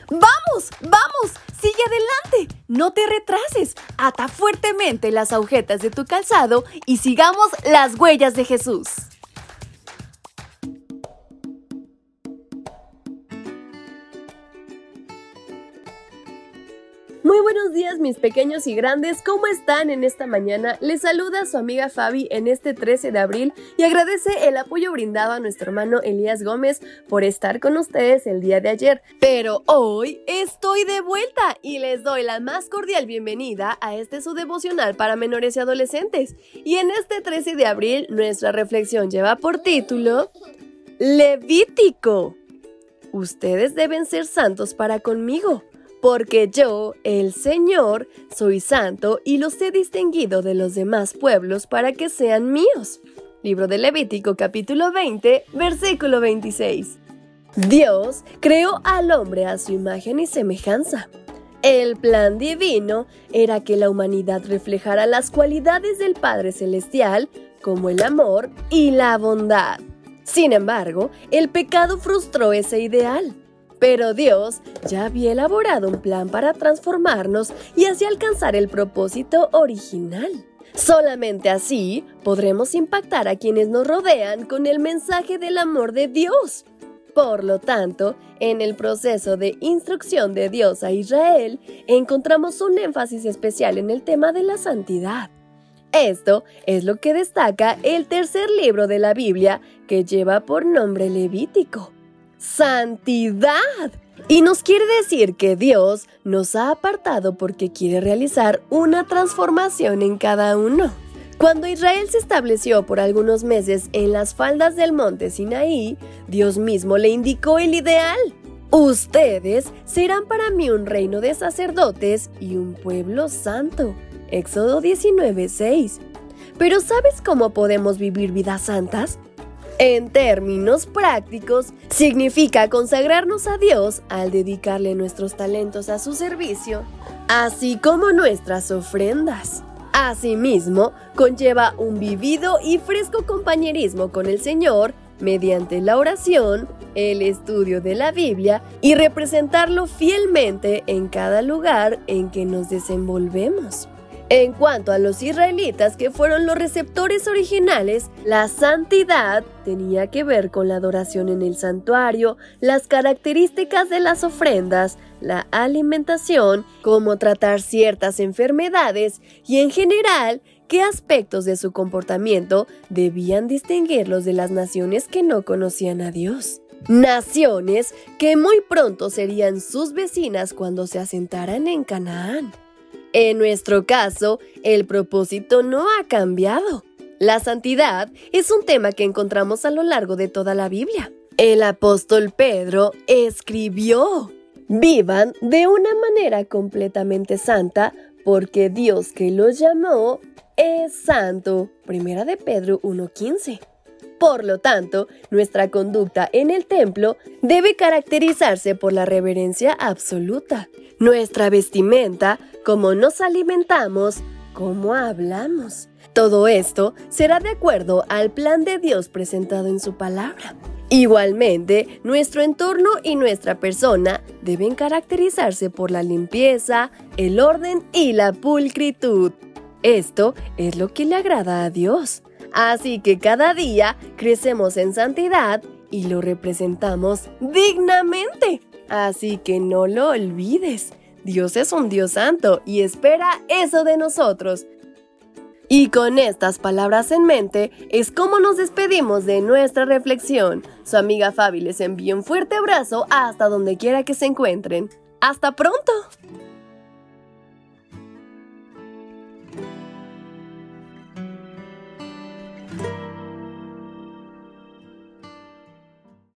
¡Vamos! ¡Vamos! ¡Sigue adelante! No te retrases. Ata fuertemente las agujetas de tu calzado y sigamos las huellas de Jesús. Muy buenos días, mis pequeños y grandes, ¿cómo están en esta mañana? Les saluda su amiga Fabi en este 13 de abril y agradece el apoyo brindado a nuestro hermano Elías Gómez por estar con ustedes el día de ayer. Pero hoy estoy de vuelta y les doy la más cordial bienvenida a su devocional para menores y adolescentes. Y en este 13 de abril nuestra reflexión lleva por título Levítico. Ustedes deben ser santos para conmigo, porque yo, el Señor, soy santo y los he distinguido de los demás pueblos para que sean míos. Libro de Levítico, capítulo 20, versículo 26. Dios creó al hombre a su imagen y semejanza. El plan divino era que la humanidad reflejara las cualidades del Padre Celestial, como el amor y la bondad. Sin embargo, el pecado frustró ese ideal. Pero Dios ya había elaborado un plan para transformarnos y así alcanzar el propósito original. Solamente así podremos impactar a quienes nos rodean con el mensaje del amor de Dios. Por lo tanto, en el proceso de instrucción de Dios a Israel, encontramos un énfasis especial en el tema de la santidad. Esto es lo que destaca el tercer libro de la Biblia, que lleva por nombre Levítico. ¡Santidad! Y nos quiere decir que Dios nos ha apartado porque quiere realizar una transformación en cada uno. Cuando Israel se estableció por algunos meses en las faldas del monte Sinaí, Dios mismo le indicó el ideal. Ustedes serán para mí un reino de sacerdotes y un pueblo santo. Éxodo 19:6. ¿Pero sabes cómo podemos vivir vidas santas? En términos prácticos, significa consagrarnos a Dios al dedicarle nuestros talentos a su servicio, así como nuestras ofrendas. Asimismo, conlleva un vivido y fresco compañerismo con el Señor mediante la oración, el estudio de la Biblia y representarlo fielmente en cada lugar en que nos desenvolvemos. En cuanto a los israelitas, que fueron los receptores originales, la santidad tenía que ver con la adoración en el santuario, las características de las ofrendas, la alimentación, cómo tratar ciertas enfermedades y, en general, qué aspectos de su comportamiento debían distinguirlos de las naciones que no conocían a Dios. Naciones que muy pronto serían sus vecinas cuando se asentaran en Canaán. En nuestro caso, el propósito no ha cambiado. La santidad es un tema que encontramos a lo largo de toda la Biblia. El apóstol Pedro escribió: vivan de una manera completamente santa, porque Dios que los llamó es santo. Primera de Pedro 1:15. Por lo tanto, nuestra conducta en el templo debe caracterizarse por la reverencia absoluta. Nuestra vestimenta, cómo nos alimentamos, cómo hablamos. Todo esto será de acuerdo al plan de Dios presentado en su palabra. Igualmente, nuestro entorno y nuestra persona deben caracterizarse por la limpieza, el orden y la pulcritud. Esto es lo que le agrada a Dios. Así que cada día crecemos en santidad y lo representamos dignamente. Así que no lo olvides. Dios es un Dios santo y espera eso de nosotros. Y con estas palabras en mente es como nos despedimos de nuestra reflexión. Su amiga Fabi les envía un fuerte abrazo hasta donde quiera que se encuentren. ¡Hasta pronto!